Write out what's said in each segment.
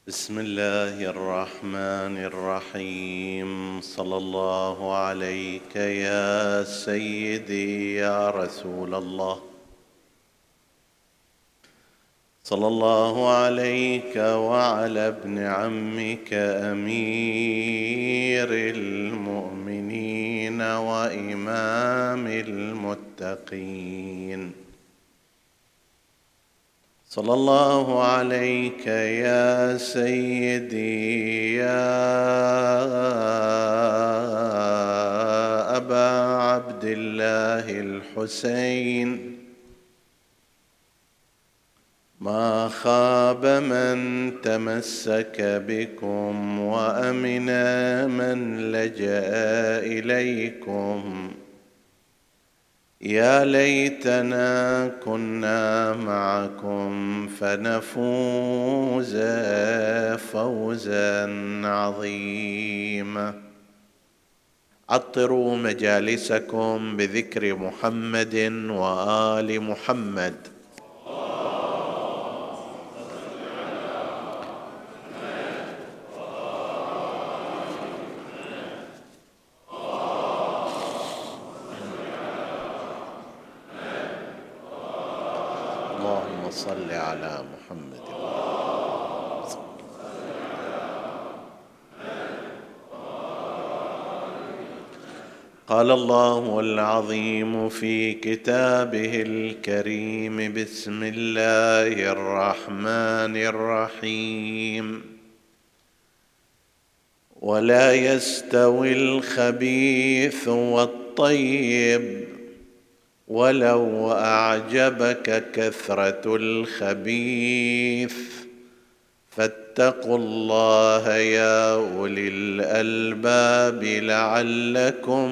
بسم الله الرحمن الرحيم. صلى الله عليك يا سيدي يا رسول الله، صلى الله عليك وعلى ابن عمك أمير المؤمنين وإمام المتقين، صلى الله عليك يا سيدي يا أبا عبد الله الحسين. ما خاب من تمسك بكم وأمن من لجأ إليكم. يا ليتنا كنا معكم فنفوز فوزا عظيما. عطروا مجالسكم بذكر محمد وآل محمد. اللهم صل على محمد. قال الله العظيم في كتابه الكريم: بسم الله الرحمن الرحيم. ولا يستوي الخبيث والطيب ولو أعجبك كثرة الخبيث فاتقوا الله يا أولي الألباب لعلكم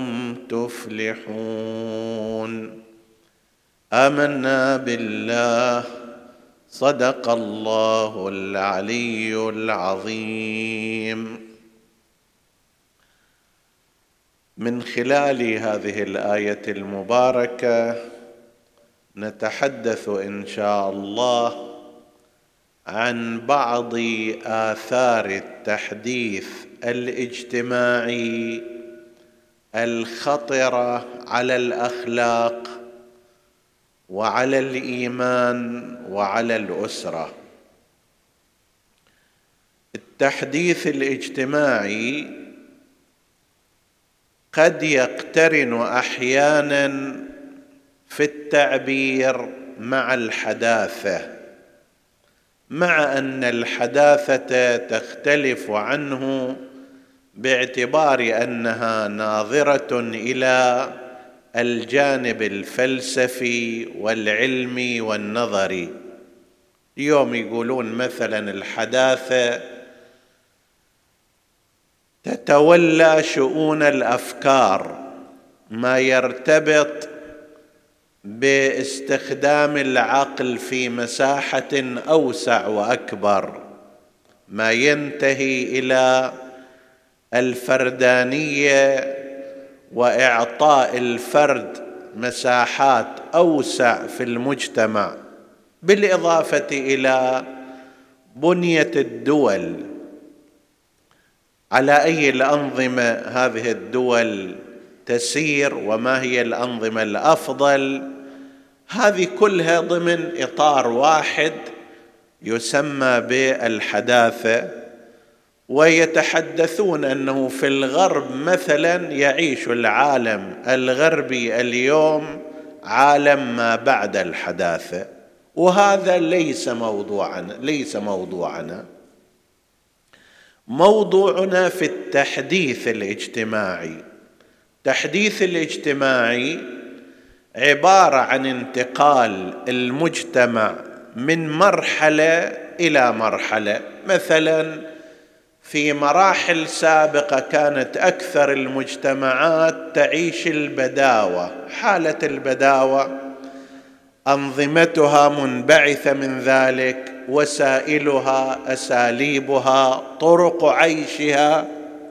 تفلحون. آمنا بالله، صدق الله العلي العظيم. من خلال هذه الآية المباركة نتحدث إن شاء الله عن بعض آثار التحديث الاجتماعي الخطرة على الأخلاق وعلى الإيمان وعلى الأسرة. التحديث الاجتماعي قد يقترن أحيانا في التعبير مع الحداثة، مع أن الحداثة تختلف عنه باعتبار أنها ناظرة إلى الجانب الفلسفي والعلمي والنظري. اليوم يقولون مثلا الحداثة تتولى شؤون الأفكار، ما يرتبط باستخدام العقل في مساحة أوسع وأكبر، ما ينتهي إلى الفردانية وإعطاء الفرد مساحات أوسع في المجتمع، بالإضافة إلى بنية الدول، على أي الأنظمة هذه الدول تسير وما هي الأنظمة الأفضل. هذه كلها ضمن إطار واحد يسمى بالحداثة. ويتحدثون أنه في الغرب مثلا يعيش العالم الغربي اليوم عالم ما بعد الحداثة، وهذا ليس موضوعنا. موضوعنا في التحديث الاجتماعي. التحديث الاجتماعي عبارة عن انتقال المجتمع من مرحلة إلى مرحلة. مثلا في مراحل سابقة كانت أكثر المجتمعات تعيش البداوة، حالة البداوة، أنظمتها منبعثة من ذلك، وسائلها، أساليبها، طرق عيشها.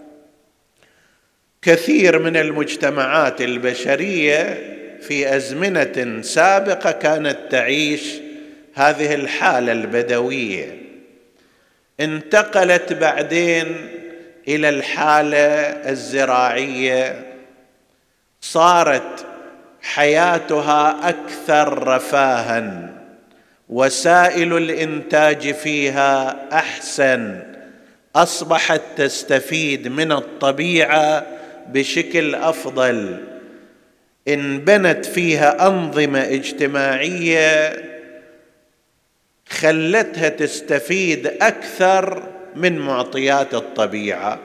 كثير من المجتمعات البشرية في أزمنة سابقة كانت تعيش هذه الحالة البدوية. انتقلت بعدين إلى الحالة الزراعية، صارت حياتها أكثر رفاها، وسائل الإنتاج فيها أحسن، أصبحت تستفيد من الطبيعة بشكل أفضل، انبنت فيها أنظمة اجتماعية خلتها تستفيد أكثر من معطيات الطبيعة.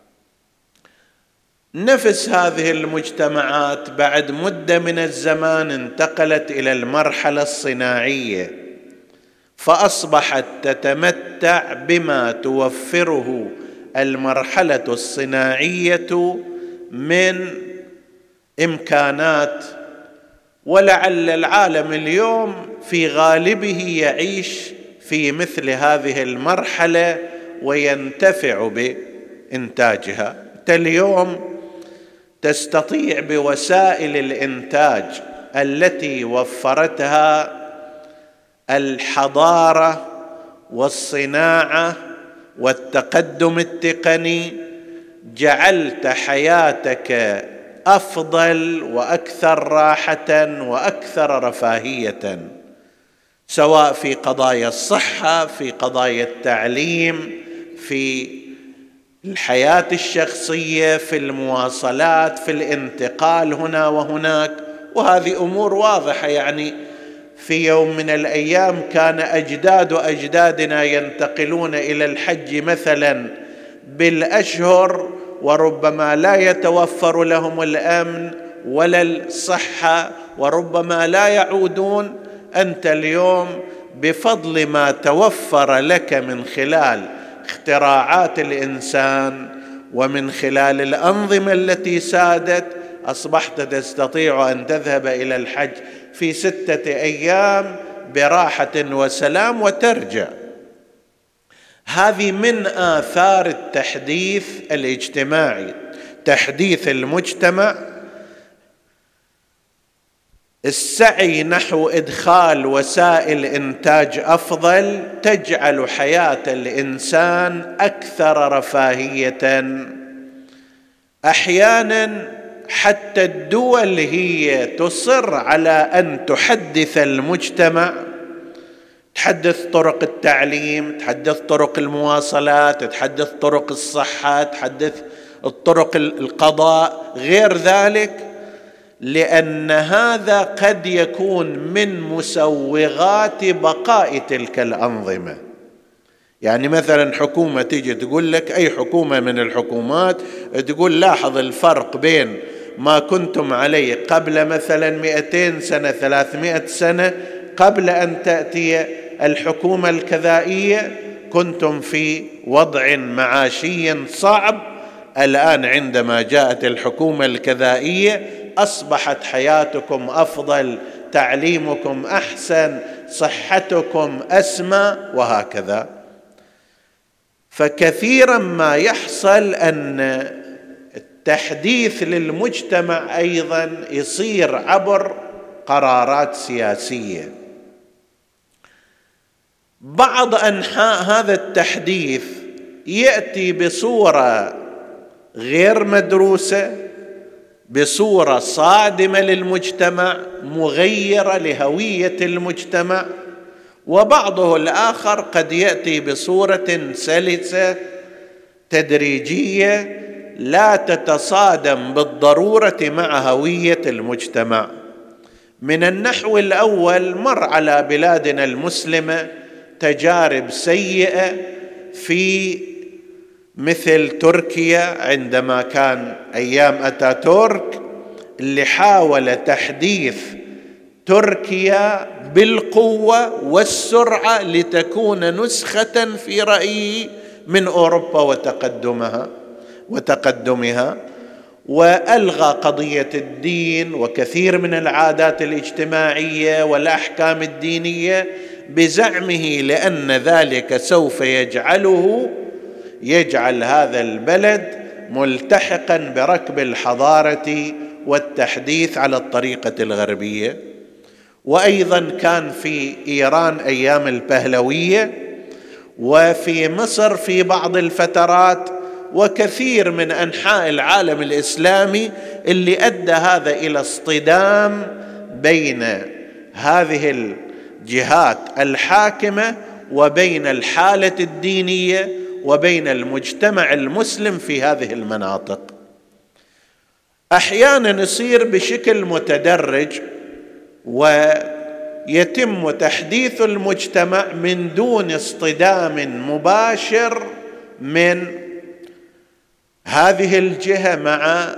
نفس هذه المجتمعات بعد مدة من الزمان انتقلت إلى المرحلة الصناعية، فأصبحت تتمتع بما توفره المرحلة الصناعية من إمكانات. ولعل العالم اليوم في غالبه يعيش في مثل هذه المرحلة وينتفع بإنتاجها. اليوم تستطيع بوسائل الإنتاج التي وفرتها الحضارة والصناعة والتقدم التقني، جعلت حياتك أفضل وأكثر راحة وأكثر رفاهية، سواء في قضايا الصحة، في قضايا التعليم، في الحياة الشخصية، في المواصلات، في الانتقال هنا وهناك. وهذه أمور واضحة، يعني في يوم من الأيام كان أجداد أجدادنا ينتقلون إلى الحج مثلا بالأشهر، وربما لا يتوفر لهم الأمن ولا الصحة، وربما لا يعودون. أنت اليوم بفضل ما توفر لك من خلال اختراعات الإنسان ومن خلال الأنظمة التي سادت، أصبحت تستطيع أن تذهب إلى الحج في 6 أيام براحة وسلام وترجع. هذه من آثار التحديث الاجتماعي، تحديث المجتمع، السعي نحو إدخال وسائل إنتاج أفضل تجعل حياة الإنسان أكثر رفاهية. أحيانا حتى الدول هي تصر على أن تحدث المجتمع، تحدث طرق التعليم، تحدث طرق المواصلات، تحدث طرق الصحة، تحدث الطرق القضاء، غير ذلك، لأن هذا قد يكون من مسوغات بقاء تلك الأنظمة. يعني مثلا حكومة تيجي تقول لك، أي حكومة من الحكومات تقول لاحظ الفرق بين ما كنتم عليه قبل مثلا 200 سنة 300 سنة قبل أن تأتي الحكومة الكذائية، كنتم في وضع معاشي صعب، الآن عندما جاءت الحكومة الكذائية أصبحت حياتكم أفضل، تعليمكم أحسن، صحتكم أسمى، وهكذا. فكثيرا ما يحصل أن التحديث للمجتمع أيضا يصير عبر قرارات سياسية. بعض أنحاء هذا التحديث يأتي بصورة غير مدروسة، بصورة صادمة للمجتمع، مغيرة لهوية المجتمع، وبعضه الآخر قد يأتي بصورة سلسة تدريجية لا تتصادم بالضرورة مع هوية المجتمع. من النحو الأول مر على بلادنا المسلمة تجارب سيئة في مثل تركيا، عندما كان أيام أتاتورك اللي حاول تحديث تركيا بالقوة والسرعة لتكون نسخة في رأيه من أوروبا وتقدمها، وألغى قضية الدين وكثير من العادات الاجتماعية والأحكام الدينية بزعمه، لأن ذلك سوف يجعل هذا البلد ملتحقا بركب الحضارة والتحديث على الطريقة الغربية. وأيضا كان في إيران أيام البهلوية، وفي مصر في بعض الفترات، وكثير من أنحاء العالم الإسلامي، اللي أدى هذا إلى اصطدام بين هذه الجهات الحاكمة وبين الحالة الدينية وبين المجتمع المسلم في هذه المناطق. أحيانا يصير بشكل متدرج ويتم تحديث المجتمع من دون اصطدام مباشر من هذه الجهة مع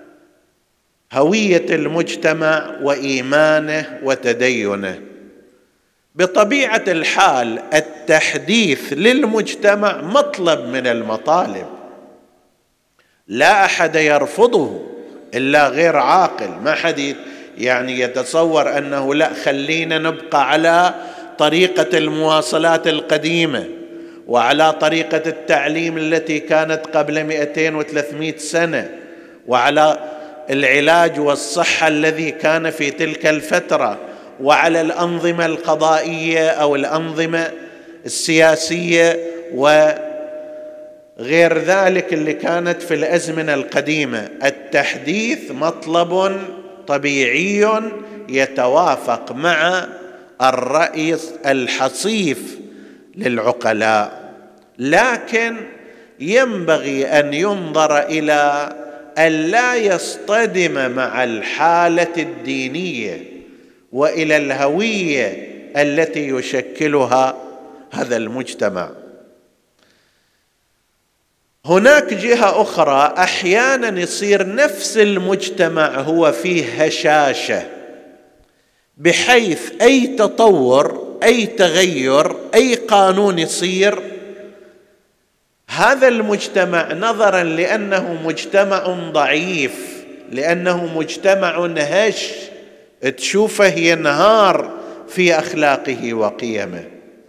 هوية المجتمع وإيمانه وتدينه. بطبيعة الحال التحديث للمجتمع مطلب من المطالب، لا أحد يرفضه إلا غير عاقل. ما حد يتصور أنه لا، خلينا نبقى على طريقة المواصلات القديمة وعلى طريقة التعليم التي كانت قبل 200 و300 سنة وعلى العلاج والصحة الذي كان في تلك الفترة وعلى الأنظمة القضائية أو الأنظمة السياسية وغير ذلك اللي كانت في الأزمنة القديمة. التحديث مطلب طبيعي يتوافق مع الرأي الحصيف للعقلاء، لكن ينبغي أن ينظر إلى أن لا يصطدم مع الحالة الدينية وإلى الهوية التي يشكلها هذا المجتمع. هناك جهة أخرى، أحيانا يصير نفس المجتمع هو فيه هشاشة، بحيث أي تطور أي تغير أي قانون يصير، هذا المجتمع نظرا لأنه مجتمع ضعيف، لأنه مجتمع هش، تشوفه ينهار في أخلاقه وقيمه.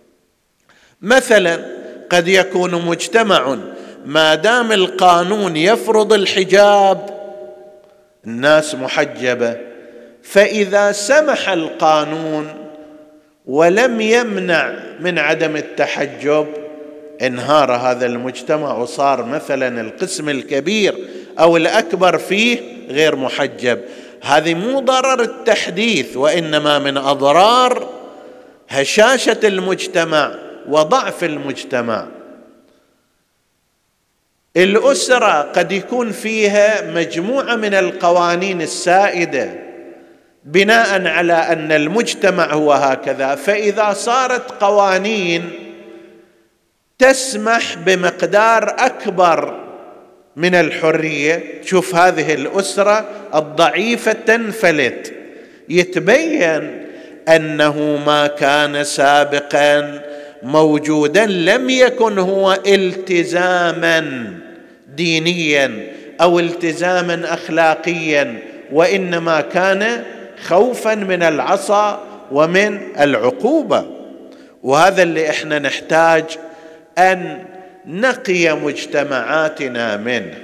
مثلا قد يكون مجتمع ما دام القانون يفرض الحجاب الناس محجبة، فإذا سمح القانون ولم يمنع من عدم التحجب انهار هذا المجتمع وصار مثلا القسم الكبير أو الأكبر فيه غير محجب. هذه مو ضرر التحديث، وإنما من أضرار هشاشة المجتمع وضعف المجتمع. الأسرة قد يكون فيها مجموعة من القوانين السائدة بناء على أن المجتمع هو هكذا، فإذا صارت قوانين تسمح بمقدار أكبر من الحرية، تشوف هذه الأسرة الضعيفة تنفلت. يتبين أنه ما كان سابقا موجودا لم يكن هو التزاما دينيا أو التزاما أخلاقيا، وإنما كان خوفا من العصا ومن العقوبة. وهذا اللي احنا نحتاج أن نقي مجتمعاتنا منه.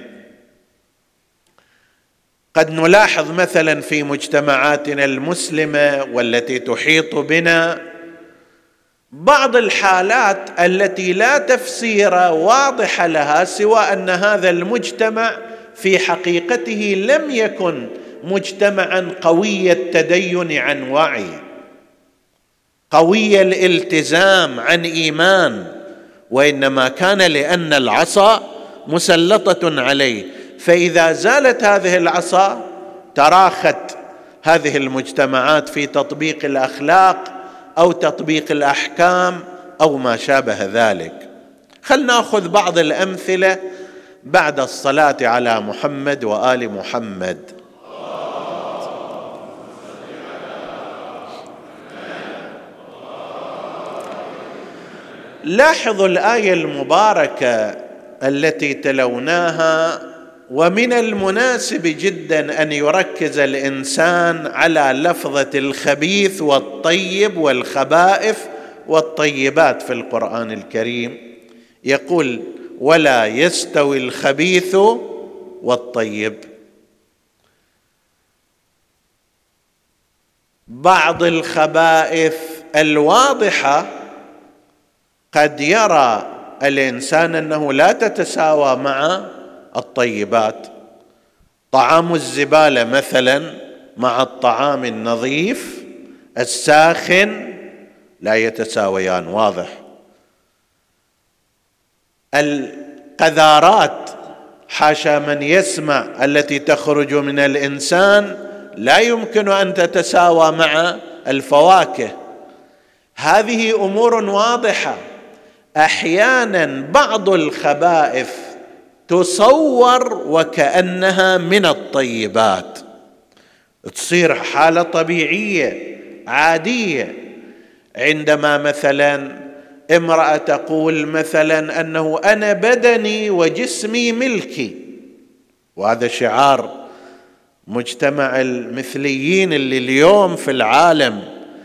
قد نلاحظ مثلا في مجتمعاتنا المسلمة والتي تحيط بنا بعض الحالات التي لا تفسير واضح لها سوى أن هذا المجتمع في حقيقته لم يكن مجتمعا قوي التدين عن وعي، قوي الالتزام عن إيمان، وإنما كان لأن العصا مسلطة عليه. فإذا زالت هذه العصا تراخت هذه المجتمعات في تطبيق الأخلاق أو تطبيق الأحكام أو ما شابه ذلك. خلنا نأخذ بعض الأمثلة بعد الصلاة على محمد وآل محمد. لاحظوا الآية المباركة التي تلوناها، ومن المناسب جدا أن يركز الإنسان على لفظة الخبيث والطيب والخبائث والطيبات في القرآن الكريم. يقول: ولا يستوي الخبيث والطيب. بعض الخبائث الواضحة قد يرى الإنسان أنه لا تتساوى مع الطيبات. طعام الزبالة مثلا مع الطعام النظيف الساخن لا يتساويان، واضح. القذارات حاشا من يسمع التي تخرج من الإنسان لا يمكن أن تتساوى مع الفواكه. هذه أمور واضحة. أحيانا بعض الخبائث تصور وكأنها من الطيبات، تصير حالة طبيعية عادية. عندما مثلا امرأة تقول مثلا أنه أنا بدني وجسمي ملكي، وهذا شعار مجتمع المثليين اللي اليوم في العالم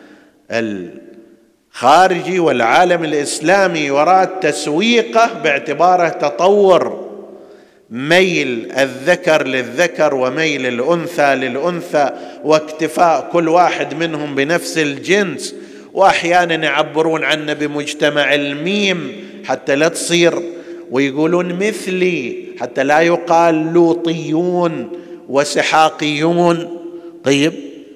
الخارجي والعالم الإسلامي وراء تسويقه باعتباره تطور، ميل الذكر للذكر وميل الأنثى للأنثى واكتفاء كل واحد منهم بنفس الجنس، وأحيانا يعبرون عنه بمجتمع الميم حتى لا تصير، ويقولون مثلي حتى لا يقال لوطيون وسحاقيون. طيب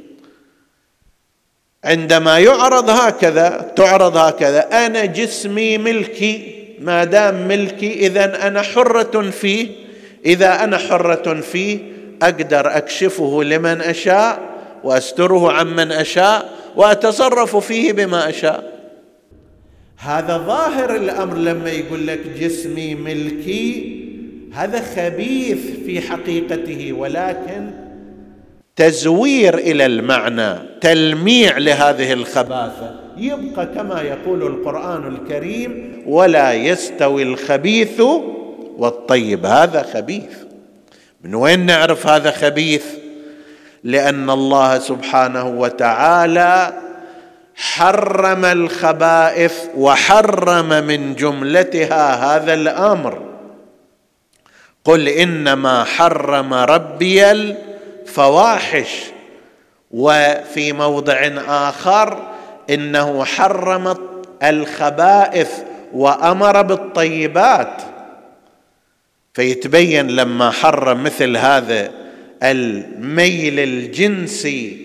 عندما يعرض هكذا، تعرض هكذا، أنا جسمي ملكي، ما دام ملكي إذن أنا حرة فيه، إذا أنا حرة فيه أقدر أكشفه لمن أشاء وأستره عمن أشاء وأتصرف فيه بما أشاء. هذا ظاهر الأمر لما يقول لك جسمي ملكي، هذا خبيث في حقيقته، ولكن تزوير إلى المعنى، تلميع لهذه الخباثة. يبقى كما يقول القرآن الكريم: ولا يستوي الخبيث والطيب. هذا خبيث. من وين نعرف هذا خبيث؟ لأن الله سبحانه وتعالى حرم الخبائث وحرم من جملتها هذا الأمر. قل إنما حرم ربي الفواحش، وفي موضع آخر إنه حرم الخبائث وأمر بالطيبات. فيتبين لما حرم مثل هذا الميل الجنسي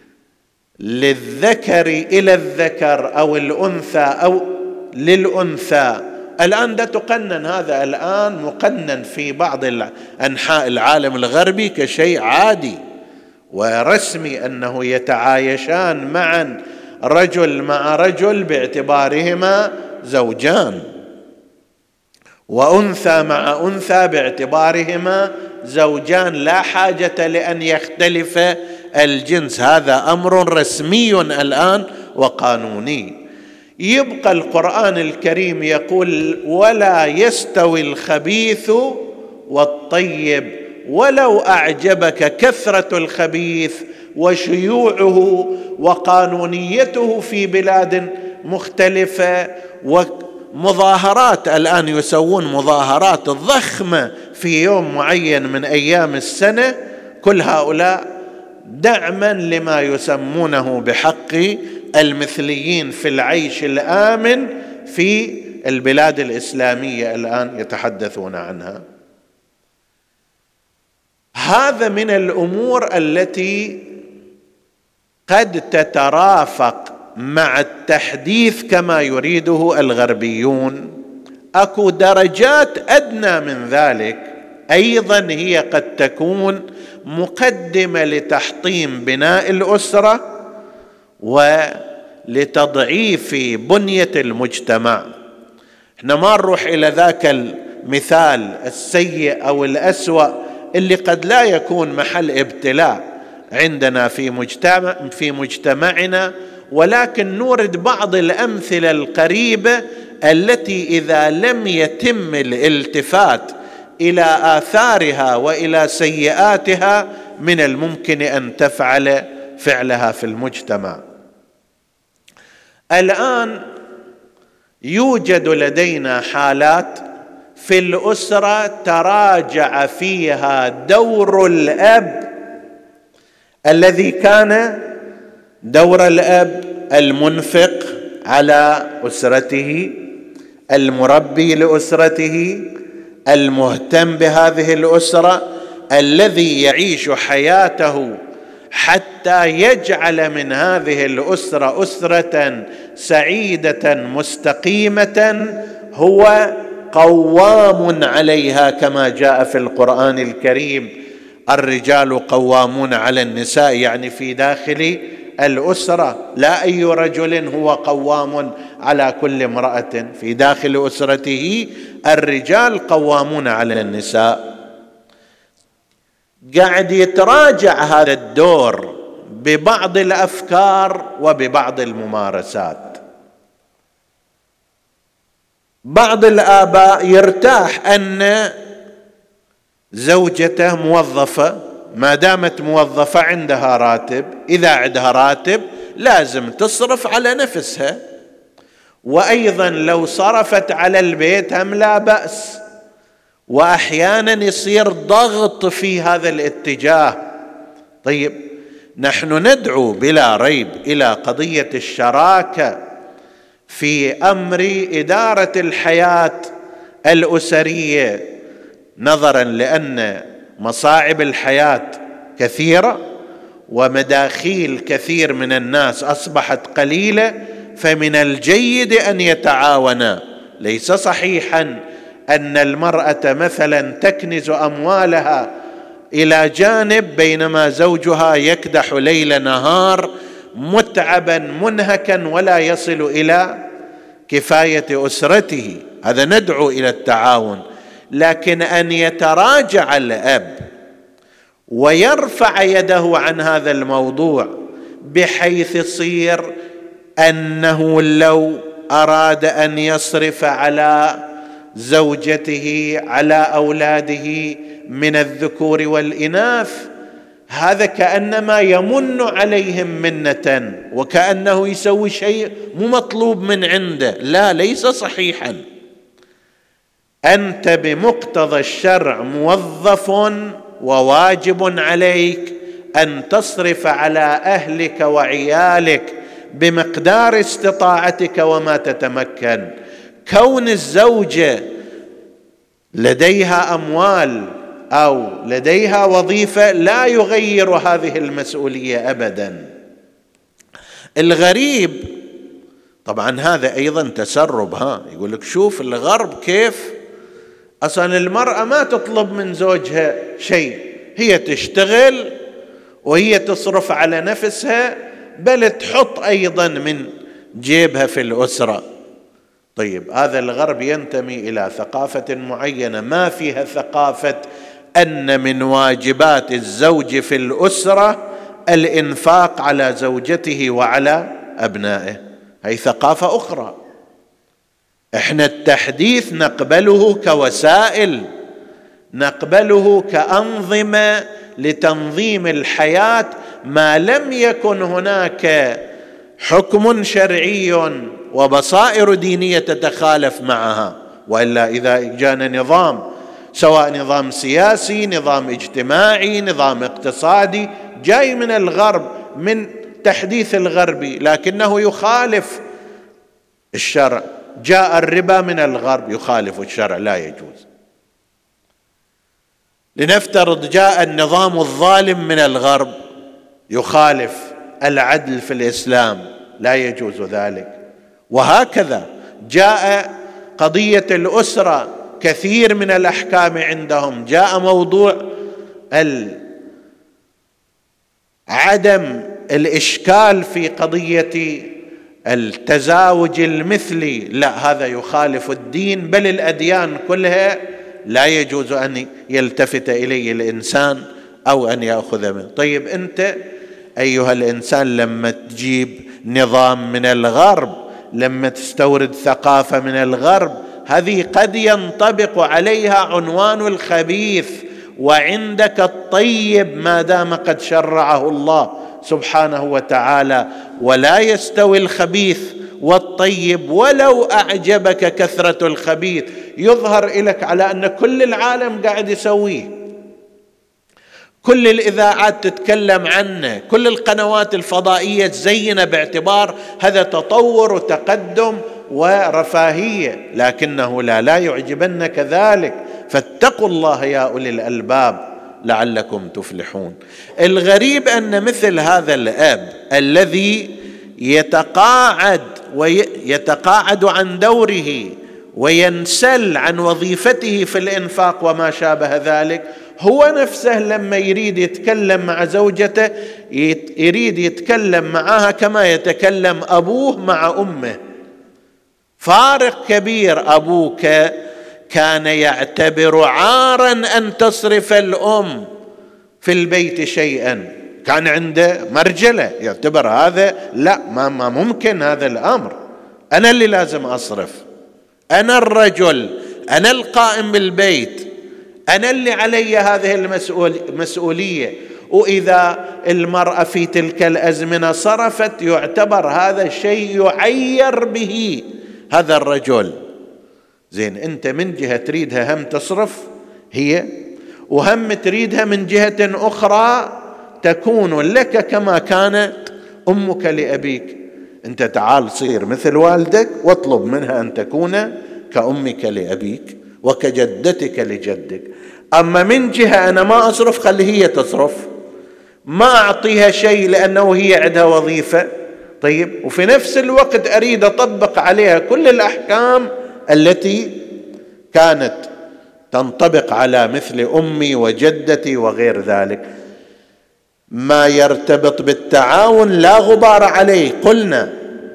للذكر إلى الذكر أو الأنثى أو للأنثى. الآن ده تقنن، هذا الآن مقنن في بعض أنحاء العالم الغربي كشيء عادي ورسمي، أنه يتعايشان معا رجل مع رجل باعتبارهما زوجان، وأنثى مع أنثى باعتبارهما زوجان، لا حاجة لأن يختلف الجنس. هذا أمر رسمي الآن وقانوني. يبقى القرآن الكريم يقول: ولا يستوي الخبيث والطيب، ولو أعجبك كثرة الخبيث وشيوعه وقانونيته في بلاد مختلفة، ومظاهرات الآن يسوون مظاهرات ضخمة في يوم معين من أيام السنة، كل هؤلاء دعما لما يسمونه بحق المثليين في العيش الآمن في البلاد الإسلامية الآن يتحدثون عنها. هذا من الأمور التي قد تترافق مع التحديث كما يريده الغربيون. أكو درجات أدنى من ذلك أيضا هي قد تكون مقدمة لتحطيم بناء الأسرة ولتضعيف بنية المجتمع. احنا ما نروح إلى ذاك المثال السيء أو الأسوأ اللي قد لا يكون محل ابتلاء عندنا في مجتمعنا، ولكن نورد بعض الأمثلة القريبة التي إذا لم يتم الالتفات إلى آثارها وإلى سيئاتها من الممكن أن تفعل فعلها في المجتمع. الآن يوجد لدينا حالات في الأسرة تراجع فيها دور الأب الذي كان دور الأب المنفق على أسرته المربي لأسرته، المهتم بهذه الأسرة، الذي يعيش حياته حتى يجعل من هذه الأسرة أسرة سعيدة مستقيمة، هو قوام عليها كما جاء في القرآن الكريم: الرجال قوامون على النساء، يعني في داخل الأسرة، لا أي رجل هو قوام على كل امرأة، في داخل أسرته الرجال قوامون على النساء. قاعد يتراجع هذا الدور ببعض الأفكار وببعض الممارسات. بعض الآباء يرتاح أن زوجته موظفة، ما دامت موظفة عندها راتب، إذا عندها راتب لازم تصرف على نفسها، وأيضا لو صرفت على البيت هم لا بأس. وأحيانا يصير ضغط في هذا الاتجاه. طيب، نحن ندعو بلا ريب إلى قضية الشراكة في أمر إدارة الحياة الأسرية، نظرا لأن مصاعب الحياة كثيرة ومداخيل كثير من الناس أصبحت قليلة، فمن الجيد أن يتعاونا. ليس صحيحا أن المرأة مثلا تكنز أموالها إلى جانب بينما زوجها يكدح ليل نهار متعبا منهكا ولا يصل إلى كفاية أسرته. هذا ندعو إلى التعاون، لكن أن يتراجع الأب ويرفع يده عن هذا الموضوع بحيث يصير أنه لو أراد أن يصرف على زوجته على أولاده من الذكور والإناث، هذا كأنما يمن عليهم منة، وكأنه يسوي شيء مو مطلوب من عنده. لا، ليس صحيحا. أنت بمقتضى الشرع موظف، وواجب عليك أن تصرف على أهلك وعيالك بمقدار استطاعتك وما تتمكن. كون الزوجة لديها أموال أو لديها وظيفة لا يغير هذه المسؤولية أبدا. الغريب طبعا هذا أيضا تسرب، يقول لك شوف الغرب كيف أصلا المرأة ما تطلب من زوجها شيء، هي تشتغل وهي تصرف على نفسها، بل تحط أيضا من جيبها في الأسرة. طيب، هذا الغرب ينتمي إلى ثقافة معينة ما فيها ثقافة أن من واجبات الزوج في الأسرة الإنفاق على زوجته وعلى أبنائه. هي ثقافة أخرى. إحنا التحديث نقبله كوسائل، نقبله كأنظمة لتنظيم الحياة، ما لم يكن هناك حكم شرعي وبصائر دينية تتخالف معها. وإلا إذا جاءنا نظام، سواء نظام سياسي، نظام اجتماعي، نظام اقتصادي جاي من الغرب، من تحديث الغربي، لكنه يخالف الشرع، جاء الربا من الغرب يخالف الشرع، لا يجوز. لنفترض جاء النظام الظالم من الغرب يخالف العدل في الإسلام، لا يجوز ذلك. وهكذا جاء قضية الأسرة، كثير من الأحكام عندهم جاء موضوع عدم الإشكال في قضية التزاوج المثلي، لا، هذا يخالف الدين، بل الأديان كلها لا يجوز أن يلتفت إليه الإنسان أو أن يأخذ منه. طيب، أنت أيها الإنسان لما تجيب نظام من الغرب، لما تستورد ثقافة من الغرب، هذه قد ينطبق عليها عنوان الخبيث، وعندك الطيب ما دام قد شرعه الله سبحانه وتعالى. ولا يستوي الخبيث والطيب ولو أعجبك كثرة الخبيث، يظهر لك على أن كل العالم قاعد يسويه، كل الإذاعات تتكلم عنه، كل القنوات الفضائية تزينه باعتبار هذا تطور وتقدم ورفاهية، لكنه لا يعجبنك ذلك، فاتقوا الله يا أولي الألباب لعلكم تفلحون. الغريب أن مثل هذا الأب الذي يتقاعد عن دوره وينسل عن وظيفته في الإنفاق وما شابه ذلك، هو نفسه لما يريد يتكلم مع زوجته يريد يتكلم معها كما يتكلم أبوه مع أمه. فارق كبير. أبوك كان يعتبر عارا أن تصرف الأم في البيت شيئا، كان عنده مرجلة، يعتبر هذا لا، ما ممكن هذا الأمر، أنا اللي لازم أصرف، أنا الرجل، أنا القائم بالبيت، أنا اللي علي هذه المسؤولية. وإذا المرأة في تلك الأزمنة صرفت يعتبر هذا شيء يعير به هذا الرجل. زين، أنت من جهة تريدها هم تصرف هي، وهم تريدها من جهة أخرى تكون لك كما كانت أمك لأبيك. أنت تعال صير مثل والدك واطلب منها أن تكون كأمك لأبيك وكجدتك لجدك. أما من جهة أنا ما أصرف خلي هي تصرف، ما أعطيها شيء لأنه هي عندها وظيفة، طيب، وفي نفس الوقت أريد أطبق عليها كل الأحكام التي كانت تنطبق على مثل أمي وجدتي وغير ذلك. ما يرتبط بالتعاون لا غبار عليه. قلنا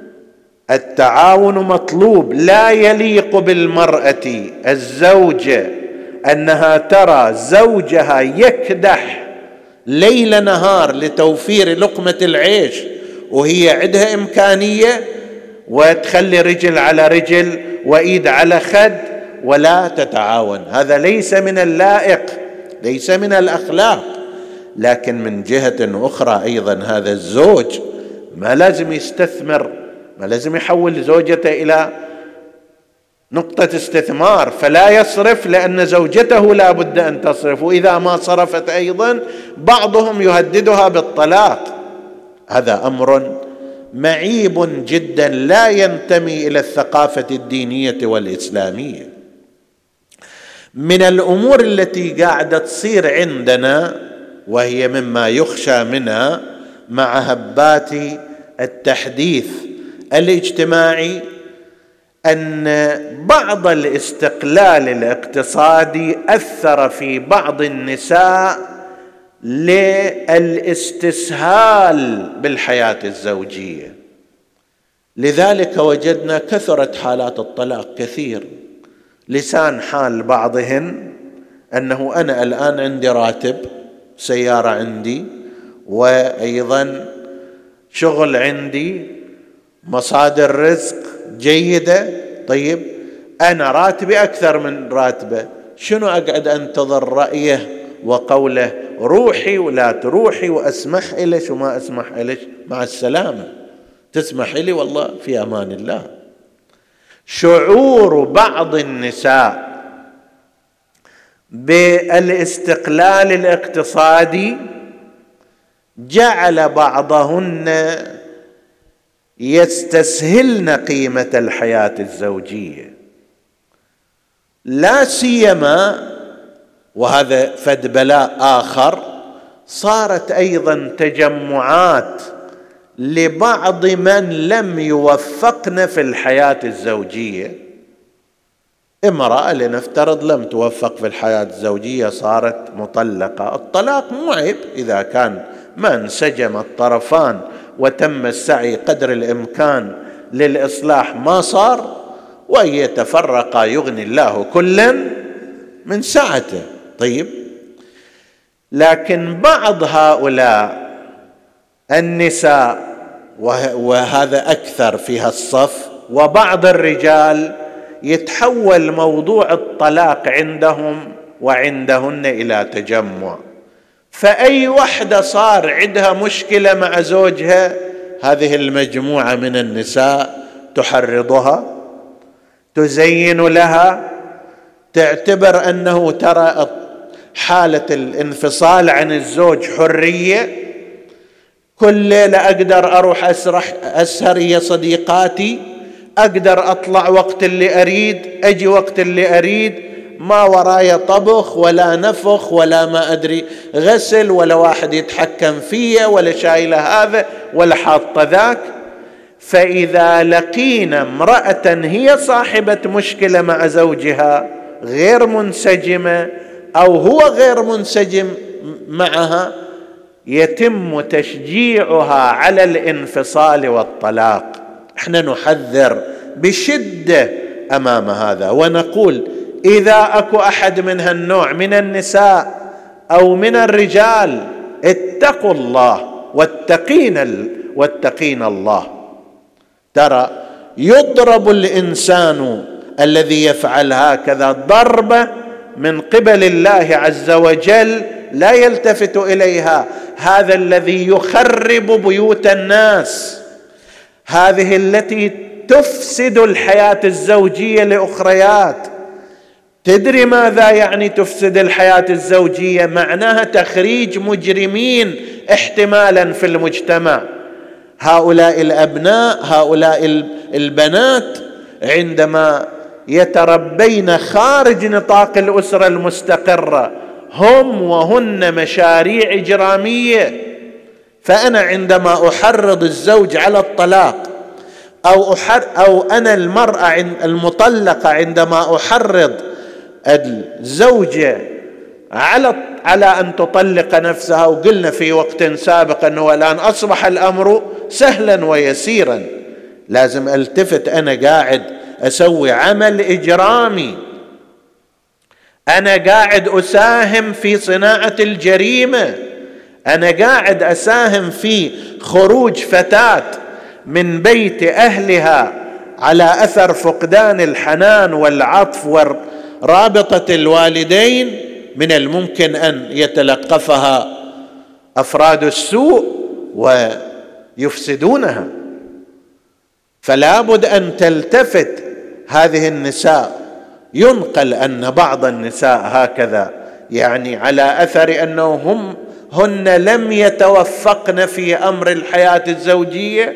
التعاون مطلوب، لا يليق بالمرأة الزوجة أنها ترى زوجها يكدح ليل نهار لتوفير لقمة العيش وهي عندها إمكانية، وتخلي رجل على رجل وإيد على خد ولا تتعاون. هذا ليس من اللائق، ليس من الأخلاق. لكن من جهة أخرى أيضا هذا الزوج ما لازم يستثمر، ما لازم يحول زوجته إلى نقطة استثمار، فلا يصرف لأن زوجته لا بد أن تصرف، وإذا ما صرفت أيضا بعضهم يهددها بالطلاق. هذا أمر معيب جدا لا ينتمي إلى الثقافة الدينية والإسلامية. من الأمور التي قاعدة تصير عندنا وهي مما يخشى منها مع هبات التحديث الاجتماعي أن بعض الاستقلال الاقتصادي أثر في بعض النساء للاستسهال بالحياة الزوجية. لذلك وجدنا كثرت حالات الطلاق كثير. لسان حال بعضهن أنه أنا الآن عندي راتب، سيارة عندي، وأيضا شغل عندي، مصادر رزق جيدة، طيب أنا راتبي أكثر من راتبه، شنو أقعد أنتظر رأيه وقوله روحي ولا تروحي وأسمح إليش وما أسمح إليش، مع السلامة، تسمح لي والله في أمان الله. شعور بعض النساء بالاستقلال الاقتصادي جعل بعضهن يستسهلن قيمة الحياة الزوجية، لا سيما وهذا فد بلاء آخر، صارت أيضا تجمعات لبعض من لم يوفقن في الحياة الزوجية. امرأة لنفترض لم توفق في الحياة الزوجية، صارت مطلقة. الطلاق مو عيب إذا كان ما انسجم الطرفان وتم السعي قدر الإمكان للإصلاح ما صار، وأن يتفرقا يغني الله كلا من سعته. طيب، لكن بعض هؤلاء النساء وهذا أكثر في الصف، وبعض الرجال يتحول موضوع الطلاق عندهم وعندهن إلى تجمع. فأي وحدة صار عندها مشكلة مع زوجها، هذه المجموعة من النساء تحرضها، تزين لها، تعتبر أنه ترى حالة الانفصال عن الزوج حرية، كل ليلة أقدر أروح أسهر يا صديقاتي، أقدر أطلع وقت اللي أريد، أجي وقت اللي أريد، ما وراي طبخ ولا نفخ ولا ما أدري غسل ولا واحد يتحكم فيه ولا شايله هذا ولا حاطة ذاك. فإذا لقينا امرأة هي صاحبة مشكلة مع زوجها غير منسجمة أو هو غير منسجم معها، يتم تشجيعها على الانفصال والطلاق. احنا نحذر بشدة أمام هذا والنقول إذا أكو أحد من هالنوع من النساء أو من الرجال اتقوا الله واتقين الله. ترى يضرب الإنسان الذي يفعل هكذا ضربة من قبل الله عز وجل لا يلتفت إليها. هذا الذي يخرب بيوت الناس، هذه التي تفسد الحياة الزوجية لأخريات. تدري ماذا يعني تفسد الحياة الزوجية؟ معناها تخريج مجرمين احتمالا في المجتمع. هؤلاء الأبناء، هؤلاء البنات عندما يتربين خارج نطاق الأسرة المستقرة هم وهن مشاريع إجرامية. فأنا عندما أحرض الزوج على الطلاق أو أنا المرأة المطلقة عندما أحرض الزوجة على أن تطلق نفسها، وقلنا في وقت سابق أنه الآن أصبح الأمر سهلا ويسيرا، لازم ألتفت أنا قاعد أسوي عمل إجرامي، أنا قاعد أساهم في صناعة الجريمة، أنا قاعد أساهم في خروج فتاة من بيت أهلها على أثر فقدان الحنان والعطف ورابطة الوالدين. من الممكن أن يتلقفها أفراد السوء ويفسدونها. فلا بد أن تلتفت هذه النساء. ينقل أن بعض النساء هكذا يعني على أثر أنهم هن لم يتوفقن في أمر الحياة الزوجية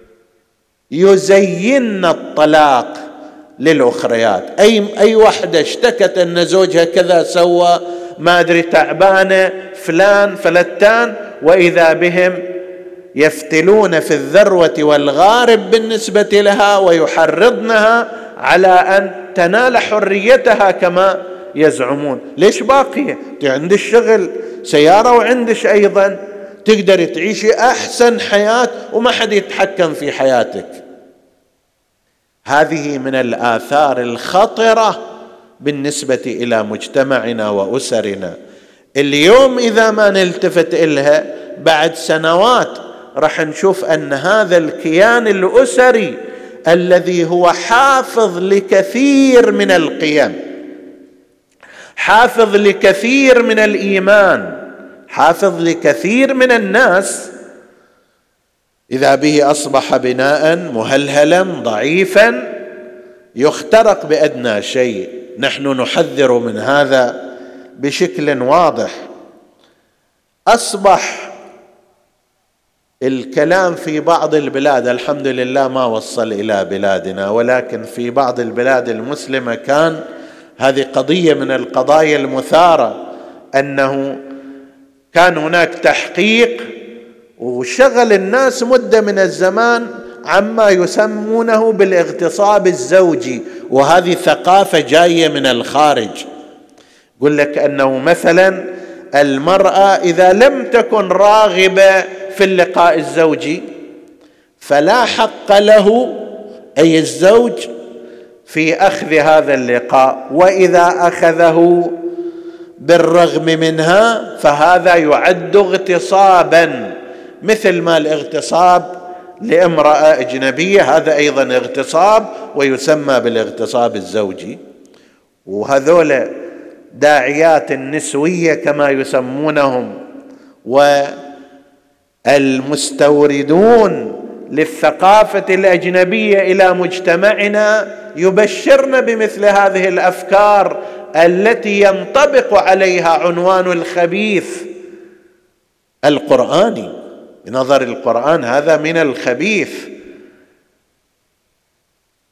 يزين الطلاق للأخريات. أي وحدة اشتكت أن زوجها كذا سوى، ما أدري تعبانة فلان فلتان، وإذا بهم يفتلون في الذروة والغارب بالنسبة لها ويحرضنها على أن تنال حريتها كما يزعمون. ليش باقية؟ عندك شغل، سيارة، وعندك أيضا تقدر تعيشي أحسن حياة وما حد يتحكم في حياتك. هذه من الآثار الخطرة بالنسبة إلى مجتمعنا وأسرنا. اليوم إذا ما نلتفت إلها بعد سنوات راح نشوف أن هذا الكيان الأسري الذي هو حافظ لكثير من القيم، حافظ لكثير من الإيمان، حافظ لكثير من الناس، إذا به أصبح بناء مهلهلا ضعيفا يخترق بأدنى شيء. نحن نحذر من هذا بشكل واضح. أصبح الكلام في بعض البلاد، الحمد لله ما وصل إلى بلادنا، ولكن في بعض البلاد المسلمة كان هذه قضية من القضايا المثارة، أنه كان هناك تحقيق وشغل الناس مدة من الزمان عما يسمونه بالاغتصاب الزوجي، وهذه ثقافة جاية من الخارج. يقول لك أنه مثلا المرأة إذا لم تكن راغبة في اللقاء الزوجي فلا حق له أي الزوج في أخذ هذا اللقاء، وإذا أخذه بالرغم منها فهذا يعد اغتصابا، مثل ما الاغتصاب لامرأة أجنبية هذا أيضا اغتصاب ويسمى بالاغتصاب الزوجي. وهذول داعيات النسوية كما يسمونهم والمستوردون للثقافة الأجنبية إلى مجتمعنا يبشرن بمثل هذه الأفكار التي ينطبق عليها عنوان الخبيث القرآني. بنظر القرآن هذا من الخبيث.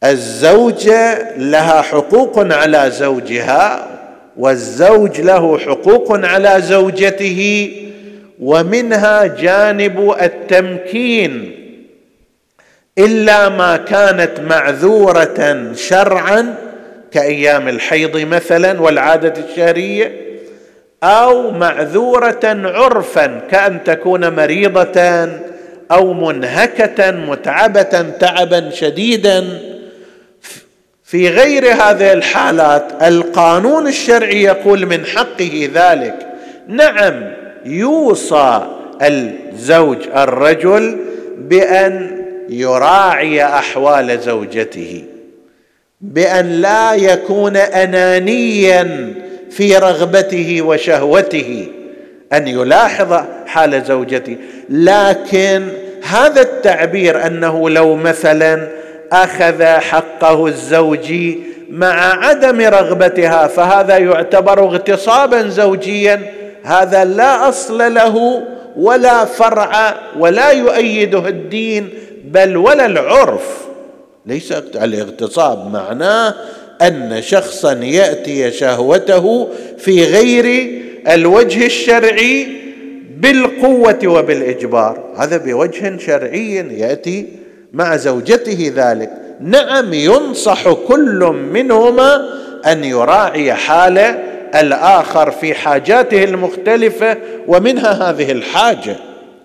الزوجة لها حقوق على زوجها، والزوج له حقوق على زوجته، ومنها جانب التمكين، إلا ما كانت معذورة شرعا كأيام الحيض مثلا والعادة الشهرية، أو معذورة عرفا كأن تكون مريضة أو منهكة متعبة تعبا شديدا. في غير هذه الحالات القانون الشرعي يقول من حقه ذلك. نعم، يوصى الزوج الرجل بأن يراعي أحوال زوجته، بأن لا يكون أنانيا في رغبته وشهوته، أن يلاحظ حال زوجته. لكن هذا التعبير أنه لو مثلا أخذ حقه الزوجي مع عدم رغبتها فهذا يعتبر اغتصابا زوجيا، هذا لا أصل له ولا فرع ولا يؤيده الدين بل ولا العرف. ليس الاغتصاب معناه أن شخصا يأتي شهوته في غير الوجه الشرعي بالقوة وبالإجبار، هذا بوجه شرعي يأتي مع زوجته ذلك. نعم، ينصح كل منهما أن يراعي حال الآخر في حاجاته المختلفة، ومنها هذه الحاجة.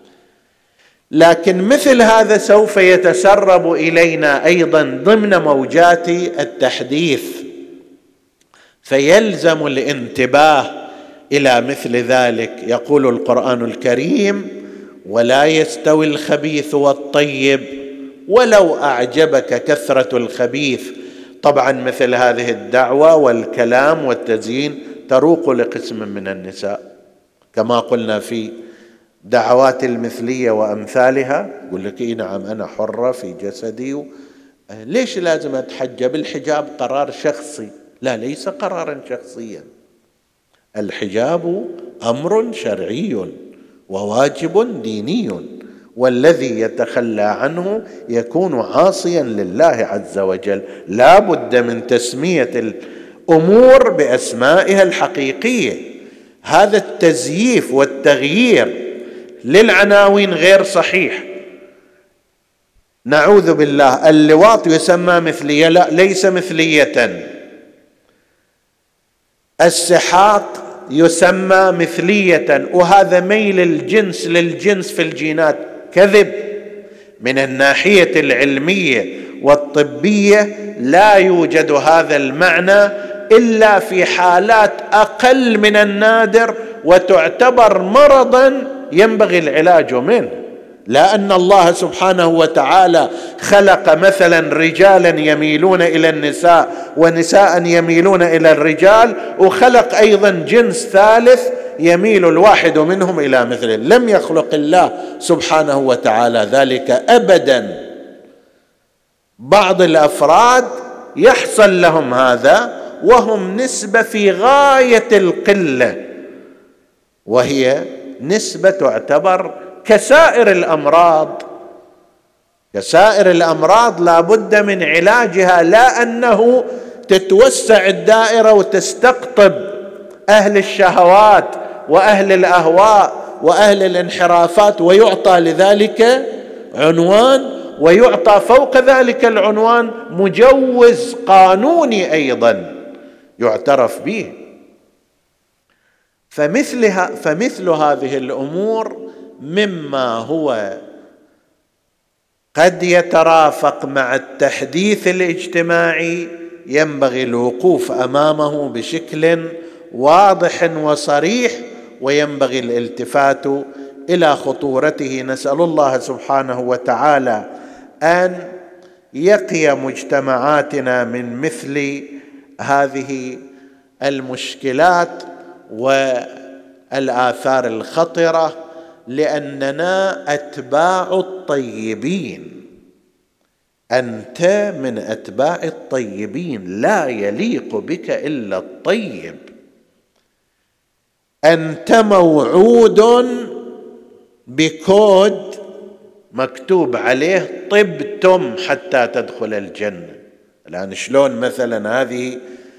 لكن مثل هذا سوف يتسرب إلينا أيضا ضمن موجات التحديث، فيلزم الانتباه إلى مثل ذلك. يقول القرآن الكريم: ولا يستوي الخبيث والطيب ولو أعجبك كثرة الخبيث. طبعا مثل هذه الدعوة والكلام والتزيين تروق لقسم من النساء، كما قلنا في دعوات المثلية وأمثالها. يقول لك إيه نعم أنا حرة في جسدي، ليش لازم أتحجب؟ الحجاب قرار شخصي. لا، ليس قرارا شخصيا، الحجاب أمر شرعي وواجب ديني، والذي يتخلى عنه يكون عاصيا لله عز وجل. لا بد من تسمية الأمور بأسمائها الحقيقية. هذا التزييف والتغيير للعناوين غير صحيح. نعوذ بالله، اللواط يسمى مثلية، لا ليس مثلية. السحاق يسمى مثلية، وهذا ميل الجنس للجنس في الجينات، كذب. من الناحية العلمية والطبية لا يوجد هذا المعنى إلا في حالات أقل من النادر، وتعتبر مرضا ينبغي العلاج منه. لا أن الله سبحانه وتعالى خلق مثلا رجالا يميلون إلى النساء ونساء يميلون إلى الرجال، وخلق أيضا جنس ثالث يميل الواحد منهم إلى مثله. لم يخلق الله سبحانه وتعالى ذلك أبدا. بعض الأفراد يحصل لهم هذا وهم نسبة في غاية القلة، وهي نسبة تعتبر كسائر الأمراض. كسائر الأمراض لا بد من علاجها، لا أنه تتوسع الدائرة وتستقطب أهل الشهوات وأهل الأهواء وأهل الانحرافات ويعطى لذلك عنوان، ويعطى فوق ذلك العنوان مجوز قانوني أيضا يعترف به. فمثل هذه الأمور مما هو قد يترافق مع التحديث الاجتماعي ينبغي الوقوف أمامه بشكل واضح وصريح، وينبغي الالتفات إلى خطورته. نسأل الله سبحانه وتعالى أن يقي مجتمعاتنا من مثل هذه المشكلات والآثار الخطرة، لأننا أتباع الطيبين. أنت من أتباع الطيبين، لا يليق بك إلا الطيب. أنت موعود بكود مكتوب عليه طبتم حتى تدخل الجنة. الآن شلون مثلا هذه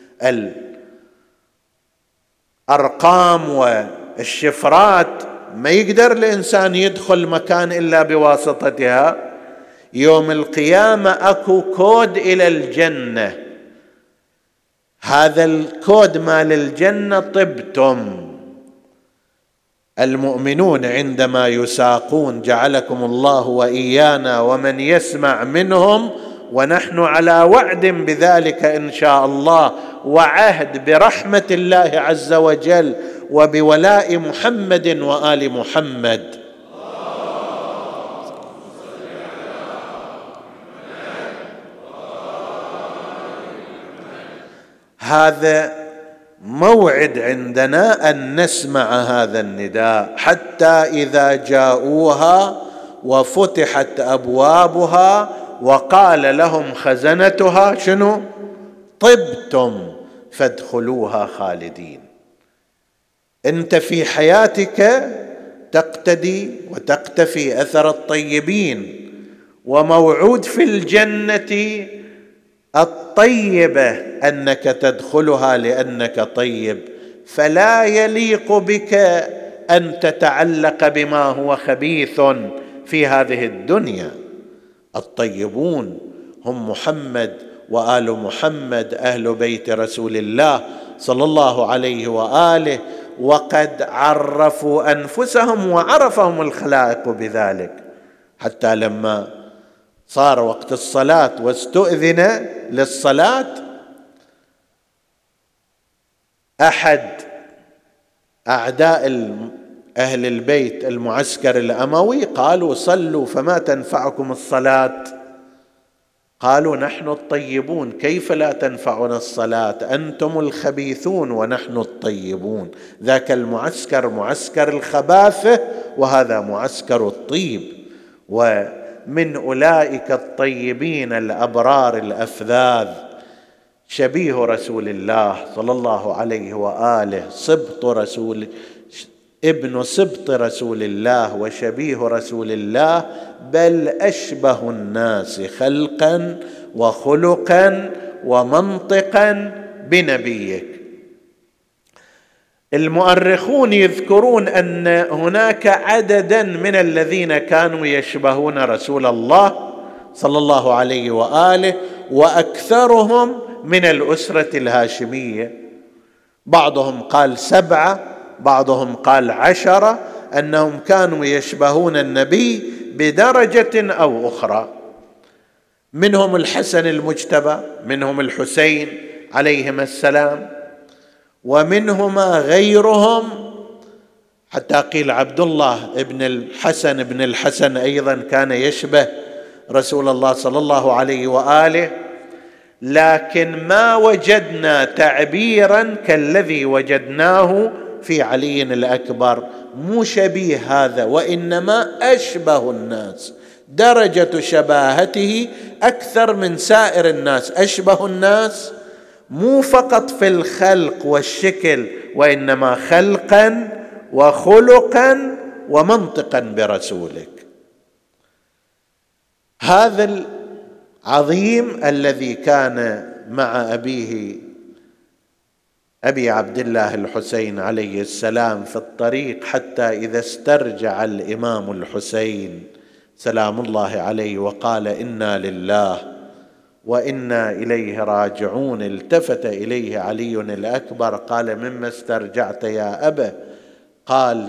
الأرقام والشفرات ما يقدر الإنسان يدخل مكان إلا بواسطتها. يوم القيامة أكو كود إلى الجنة، هذا الكود مال الجنة طبتم. المؤمنون عندما يساقون جعلكم الله وإيانا ومن يسمع منهم، ونحن على وعد بذلك إن شاء الله، وعهد برحمة الله عز وجل وبولاء محمد وآل محمد. هذا موعد عندنا أن نسمع هذا النداء، حتى إذا جاءوها وفتحت أبوابها وقال لهم خزنتها شنو؟ طبتم فادخلوها خالدين. أنت في حياتك تقتدي وتقتفي أثر الطيبين، وموعود في الجنة الطيبة أنك تدخلها لأنك طيب، فلا يليق بك أن تتعلق بما هو خبيث في هذه الدنيا. الطيبون هم محمد وآل محمد أهل بيت رسول الله صلى الله عليه وآله، وقد عرفوا أنفسهم وعرفهم الخلائق بذلك، حتى لما صار وقت الصلاة واستؤذن للصلاة أحد أعداء أهل البيت المعسكر الأموي قالوا صلوا فما تنفعكم الصلاة. قالوا نحن الطيبون كيف لا تنفعنا الصلاة؟ أنتم الخبيثون ونحن الطيبون. ذاك المعسكر معسكر الخباثة وهذا معسكر الطيب. ومن أولئك الطيبين الأبرار الأفذاذ شبيه رسول الله صلى الله عليه وآله، سبط رسول ابن سبط رسول الله وشبيه رسول الله، بل أشبه الناس خلقا وخلقا ومنطقا بنبيك. المؤرخون يذكرون أن هناك عددا من الذين كانوا يشبهون رسول الله صلى الله عليه وآله، وأكثرهم من الأسرة الهاشمية. بعضهم قال 7، بعضهم قال 10، أنهم كانوا يشبهون النبي بدرجة أو أخرى. منهم الحسن المجتبى، منهم الحسين عليهما السلام، ومنهما غيرهم، حتى قيل عبد الله ابن الحسن ابن الحسن أيضا كان يشبه رسول الله صلى الله عليه وآله، لكن ما وجدنا تعبيرا كالذي وجدناه في علي الأكبر. مو شبيه هذا، وإنما أشبه الناس، درجة شباهته أكثر من سائر الناس. أشبه الناس مو فقط في الخلق والشكل، وإنما خلقا وخلقا ومنطقا برسولك. هذا العظيم الذي كان مع أبيه أبي عبد الله الحسين عليه السلام في الطريق، حتى إذا استرجع الإمام الحسين سلام الله عليه وقال إنا لله وإنا إليه راجعون، التفت إليه علي الأكبر قال مما استرجعت يا أبا؟ قال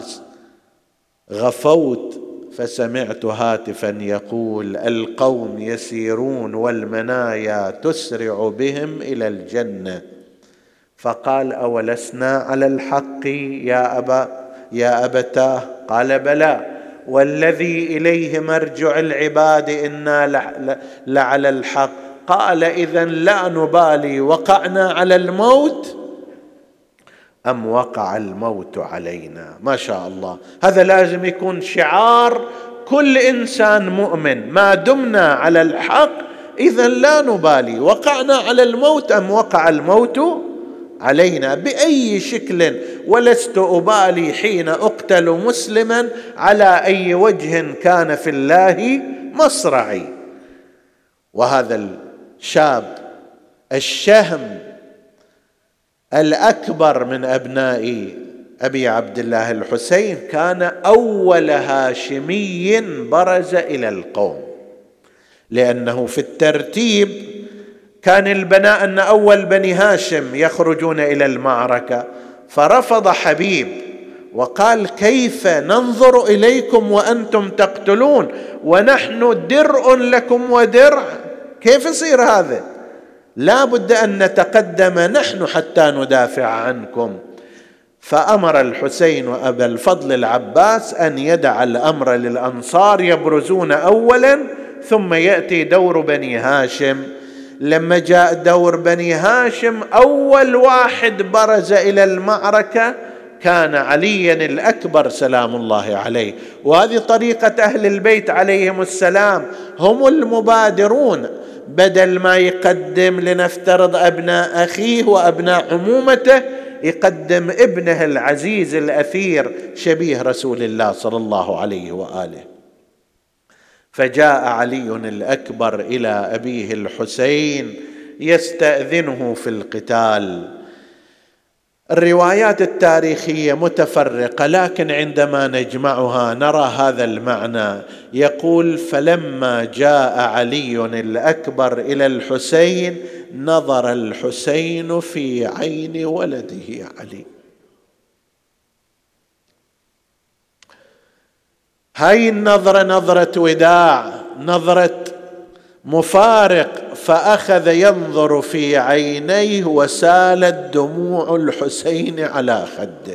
غفوت فسمعت هاتفا يقول القوم يسيرون والمنايا تسرع بهم إلى الجنة. فقال أولسنا على الحق يا أبتاه؟ قال بلى، والذي إليه مرجع العباد إنا لعلى الحق. قال إذن لا نبالي وقعنا على الموت أم وقع الموت علينا. ما شاء الله، هذا لازم يكون شعار كل إنسان مؤمن، ما دمنا على الحق إذن لا نبالي وقعنا على الموت أم وقع الموت علينا بأي شكل، ولست أبالي حين أقتل مسلما على أي وجه كان في الله مصرعي. وهذا الشاب الشهم الأكبر من أبناء أبي عبد الله الحسين كان أول هاشمي برز إلى القوم، لأنه في الترتيب كان البناء أن أول بني هاشم يخرجون إلى المعركة، فرفض حبيب وقال: كيف ننظر إليكم وأنتم تقتلون ونحن درء لكم ودرع؟ كيف يصير هذا؟ لا بد أن نتقدم نحن حتى ندافع عنكم. فأمر الحسين وأبا الفضل العباس أن يدع الأمر للأنصار يبرزون أولا، ثم يأتي دور بني هاشم. لما جاء دور بني هاشم أول واحد برز إلى المعركة كان علي الأكبر سلام الله عليه. وهذه طريقة أهل البيت عليهم السلام، هم المبادرون، بدل ما يقدم لنفترض أبناء أخيه وأبناء عمومته يقدم ابنه العزيز الأثير شبيه رسول الله صلى الله عليه وآله. فجاء علي الأكبر إلى أبيه الحسين يستأذنه في القتال. الروايات التاريخية متفرقة، لكن عندما نجمعها نرى هذا المعنى. يقول: فلما جاء علي الأكبر إلى الحسين نظر الحسين في عين ولده علي. هاي النظرة نظرة وداع، نظرة مفارق، فأخذ ينظر في عينيه وسالت دموع الحسين على خده.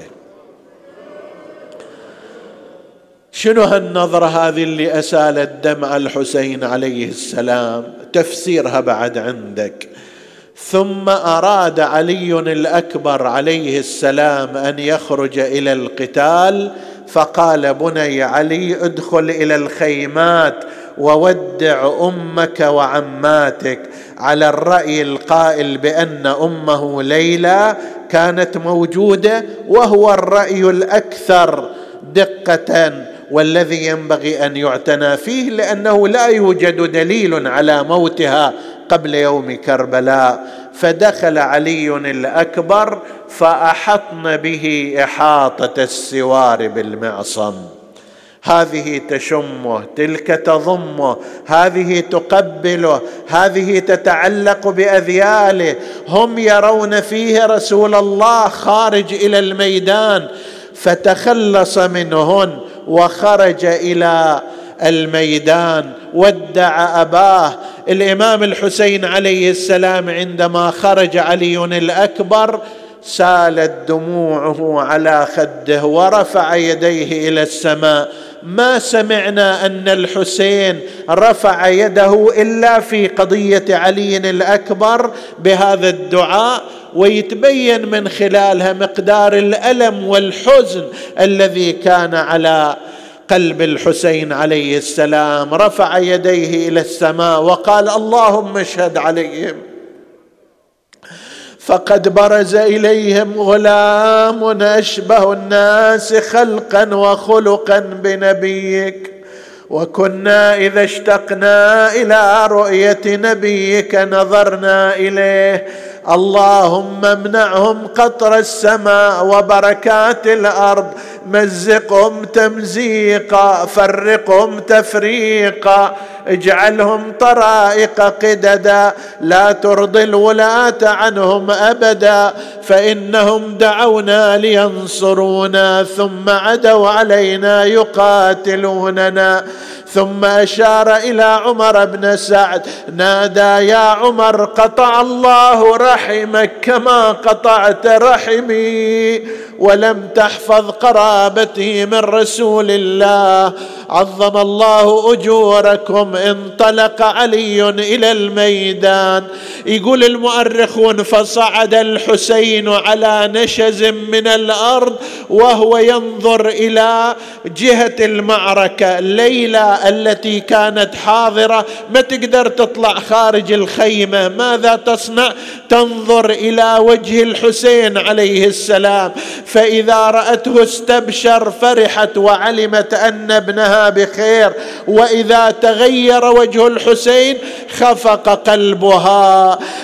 شنو هالنظرة هذه اللي أسالت دمع الحسين عليه السلام؟ تفسيرها بعد عندك. ثم أراد علي الأكبر عليه السلام أن يخرج إلى القتال، فقال: بني علي ادخل إلى الخيمات وودع أمك وعماتك، على الرأي القائل بأن أمه ليلى كانت موجودة، وهو الرأي الأكثر دقة والذي ينبغي أن يعتنى فيه، لأنه لا يوجد دليل على موتها قبل يوم كربلاء. فدخل علي الأكبر فأحطن به إحاطة السوار بالمعصم، هذه تشمه، تلك تضمه، هذه تقبله، هذه تتعلق بأذياله. هم يرون فيه رسول الله خارج إلى الميدان، فتخلص منهن وخرج إلى الميدان، ودع أباه. الإمام الحسين عليه السلام عندما خرج علي الأكبر سالت دموعه على خده ورفع يديه إلى السماء. ما سمعنا أن الحسين رفع يده إلا في قضية علي الأكبر بهذا الدعاء، ويتبين من خلالها مقدار الألم والحزن الذي كان على قلب الحسين عليه السلام. رفع يديه إلى السماء وقال: اللهم اشهد عليهم، فقد برز إليهم غلام أشبه الناس خلقا وخلقا بنبيك، وكنا إذا اشتقنا إلى رؤية نبيك نظرنا إليه. اللهم امنعهم قطر السماء وبركات الأرض، مزقهم تمزيقا، فرقهم تفريقا، اجعلهم طرائق قددا، لا ترضي الولاة عنهم أبدا، فإنهم دعونا لينصرونا ثم عدوا علينا يقاتلوننا. ثم أشار إلى عمر بن سعد نادى: يا عمر، قطع الله رحمك كما قطعت رحمي، ولم تحفظ قرابتي من رسول الله، عظم الله أجوركم. انطلق علي إلى الميدان. يقول المؤرخون: فصعد الحسين على نشز من الأرض وهو ينظر إلى جهة المعركة. ليلى التي كانت حاضرة ما تقدر تطلع خارج الخيمة، ماذا تصنع؟ تنظر إلى وجه الحسين عليه السلام، فإذا رأته استبشر، فرحت وعلمت أن ابنها بخير، وإذا تغير وجه الحسين خفق قلبها.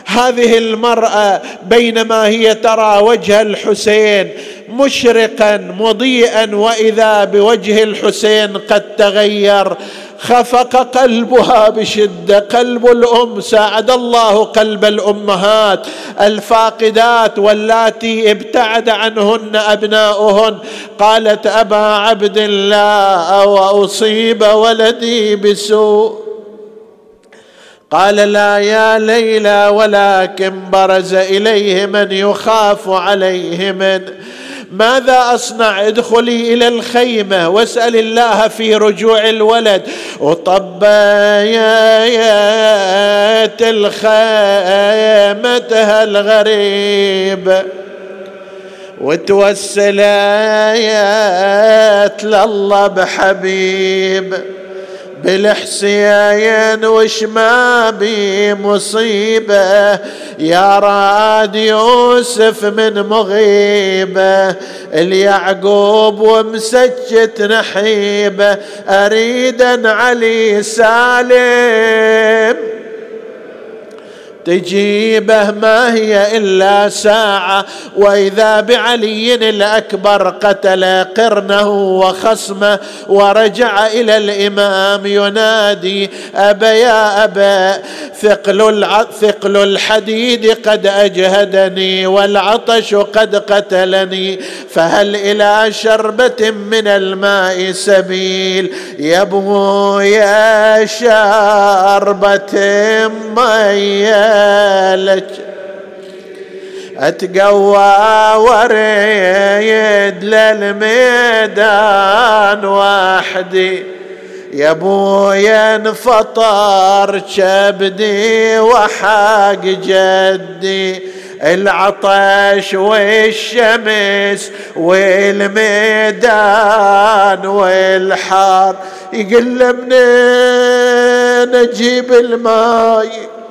هذه المرأة بينما هي ترى وجه الحسين مشرقا مضيئا وإذا بوجه الحسين قد تغير، خفق قلبها بشدة. قلب الأم، ساعد الله قلب الأمهات الفاقدات واللاتي ابتعد عنهن أبناؤهن. قالت: أبا عبد الله وأصيب ولدي بسوء. قال: لا يا ليلى، ولكن برز إليه من يخاف عليه منه. ماذا أصنع؟ ادخلي إلى الخيمة واسأل الله في رجوع الولد. وطبيت الخيمتها الغريب وتوسلت لله بحبيب بالحسين وش ما بي مصيبة، يا راد يوسف من مغيبة اليعقوب ومسجت نحيبة، أريدا علي سالم تجيبه ما هي إلا ساعة. وإذا بعلي الأكبر قتل قرنه وخصمه ورجع إلى الإمام ينادي: أبا يا أبا، ثقل الحديد قد أجهدني والعطش قد قتلني، فهل إلى شربة من الماء سبيل؟ يا شربة مية أتقوى وريد للميدان وحدي، يا ابويا انفطر كبدي وحاق جدي، العطش والشمس والميدان والحار، يقل منين اجيب الماي،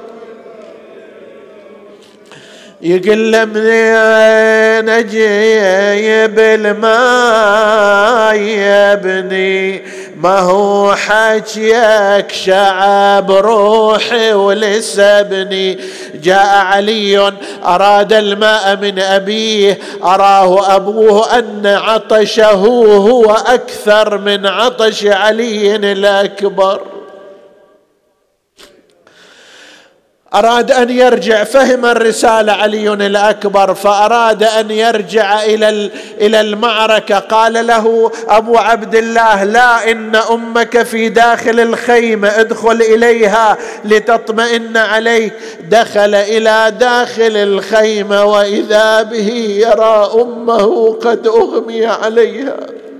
يقل منين اجيب الماء يا ابني، ما هو حكيك شعب روحي ولسبني. جاء علي أراد الماء من أبيه، أراه أبوه أن عطشه هو أكثر من عطش علي الأكبر. أراد أن يرجع، فهم الرسالة علي الأكبر فأراد أن يرجع إلى المعركة. قال له أبو عبد الله: لا، إن أمك في داخل الخيمة، ادخل إليها لتطمئن عليك. دخل إلى داخل الخيمة وإذا به يرى أمه قد أغمي عليها.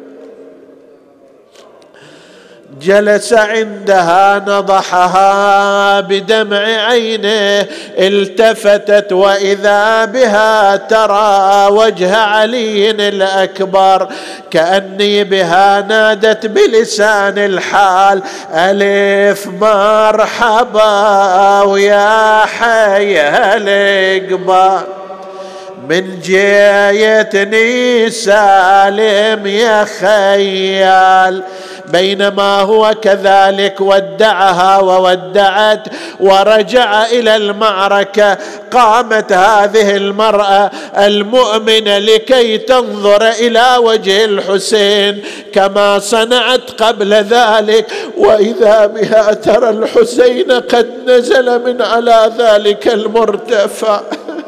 جلس عندها نضحها بدمع عينه، التفتت وإذا بها ترى وجه علي الأكبر، كأني بها نادت بلسان الحال: ألف مرحبا ويا حي الإقبال، من جيتني سالم يا خيال. بينما هو كذلك ودعها وودعت ورجع إلى المعركة، قامت هذه المرأة المؤمنة لكي تنظر إلى وجه الحسين كما صنعت قبل ذلك، وإذا بها ترى الحسين قد نزل من على ذلك المرتفع.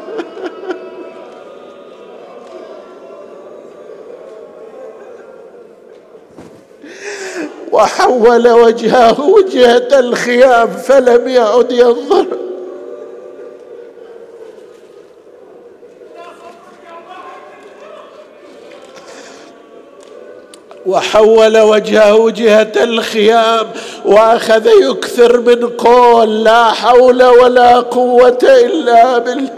وحول وجهه وجهة الخيام فلم يعد ينظر. وحول وجهه وجهة الخيام وأخذ يكثر من قول: لا حول ولا قوة إلا بالله.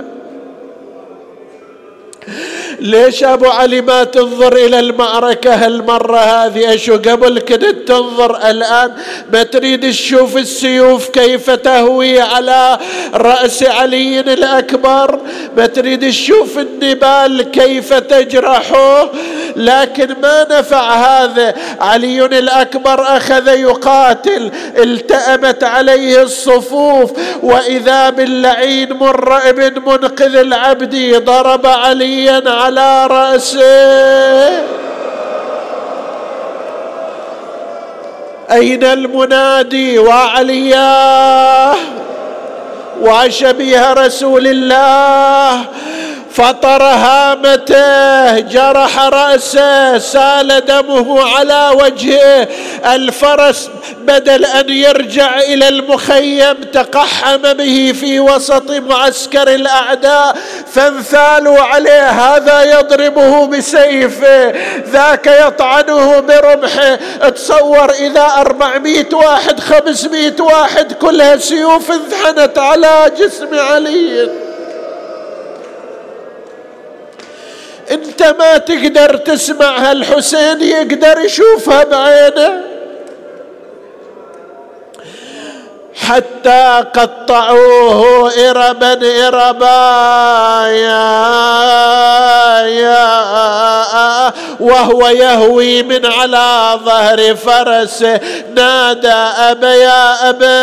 ليش أبو علي ما تنظر إلى المعركة هالمرة هذه؟ أشو قبل كده تنظر، الآن ما تريد تشوف السيوف كيف تهوي على رأس علي الأكبر؟ ما تريد تشوف النبال كيف تجرحه؟ لكن ما نفع هذا. علي الأكبر أخذ يقاتل، التأمت عليه الصفوف، وإذا باللعين مر ابن منقذ العبد ضرب عليا على رأسه. أين المنادي وعلياه وشبيه رسول الله؟ فطر هامته، جرح رأسه، سال دمه على وجهه. الفرس بدل أن يرجع إلى المخيم تقحم به في وسط معسكر الأعداء، فانثالوا عليه، هذا يضربه بسيفه، ذاك يطعنه برمحه. تصور إذا 400 واحد 500 واحد كلها سيوف انثنت على جسم علي. انت ما تقدر تسمعها، الحسين يقدر يشوفها بعينه. حتى قطعوه إربا وهو يهوي من على ظهر فرسه، نادى أبا يا أبا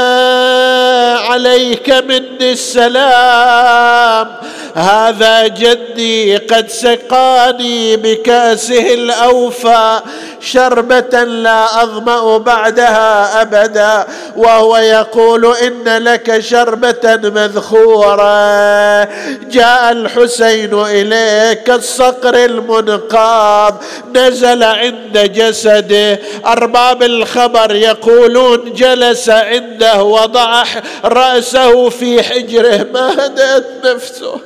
عليك مني السلام، هذا جدي قد سقاني بكأسه الأوفى شربة لا أظمأ بعدها أبدا، وهو يقول إن لك شربة مذخورة. جاء الحسين إليه كالصقر المنقاض، نزل عند جسده. أرباب الخبر يقولون جلس عنده، وضع رأسه في حجره، ما هدأت نفسه.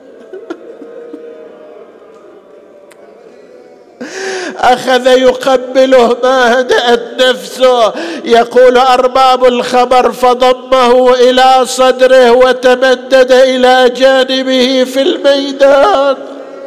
أخذ يقبله، ما هدأت نفسه. يقول أرباب الخبر فضمه إلى صدره وتمدد إلى جانبه في الميدان،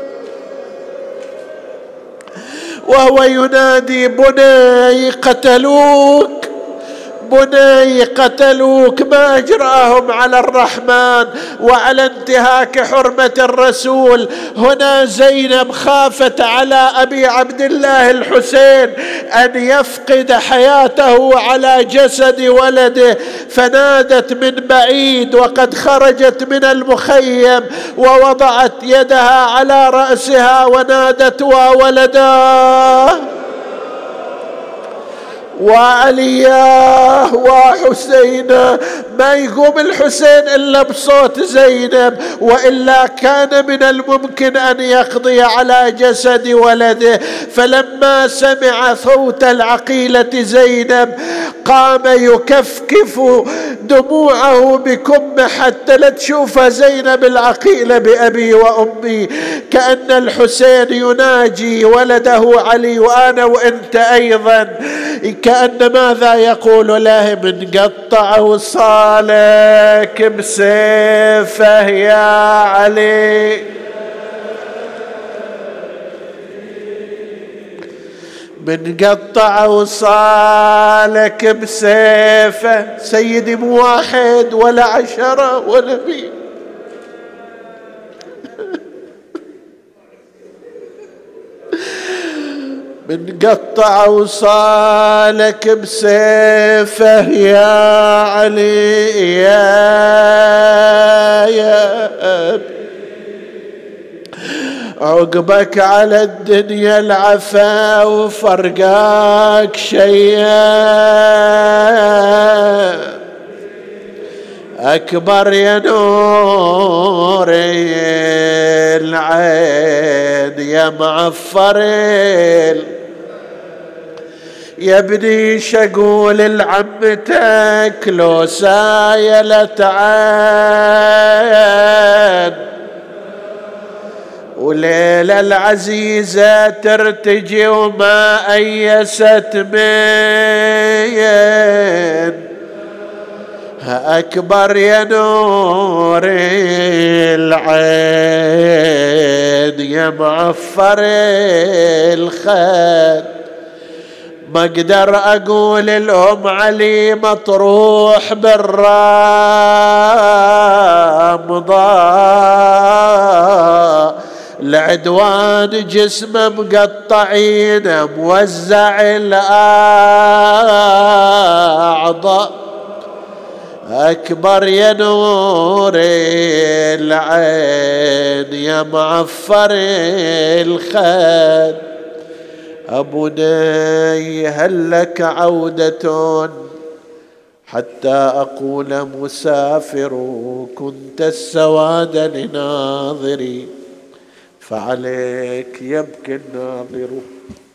وهو ينادي بني قتلوك، بني قتلوك. ما أجراهم على الرحمن وعلى انتهاك حرمة الرسول. هنا زينب خافت على أبي عبد الله الحسين أن يفقد حياته على جسد ولده، فنادت من بعيد وقد خرجت من المخيم، ووضعت يدها على رأسها ونادت وولداه وعلياه وحسينا. ما يقوم الحسين إلا بصوت زينب، وإلا كان من الممكن أن يقضي على جسد ولده. فلما سمع صوت العقيلة زينب قام يكفكف دموعه بكم حتى لا تشوف زينب العقيلة بأبي وأمي، كأن الحسين يناجي ولده علي وأنا وأنت أيضا. كأن ماذا يقول له؟ من قطع وصالك بسيفه يا علي، من قطع وصالك بسيفه. سيدي مو واحد ولا 10 ولا 100، من قطع وصالك بسيفه يا علي يا عقبك على الدنيا العفا وفرقاك شيئا أكبر يا نور العين يا معفر يا ابني شقول العمتك لو سايلت عين وليلة العزيزة ترتجي وما أيست مين أكبر يا نور العين يا معفر الخد. ما اقدر اقول الام علي مطروح بالرام ضاع العدوان جسمه مقطعين موزع الأعضاء أكبر يا نور العين يا معفر الخد أبني هل لك عودة حتى أقول مسافر كنت السواد لناظري فعليك يبكي الناظر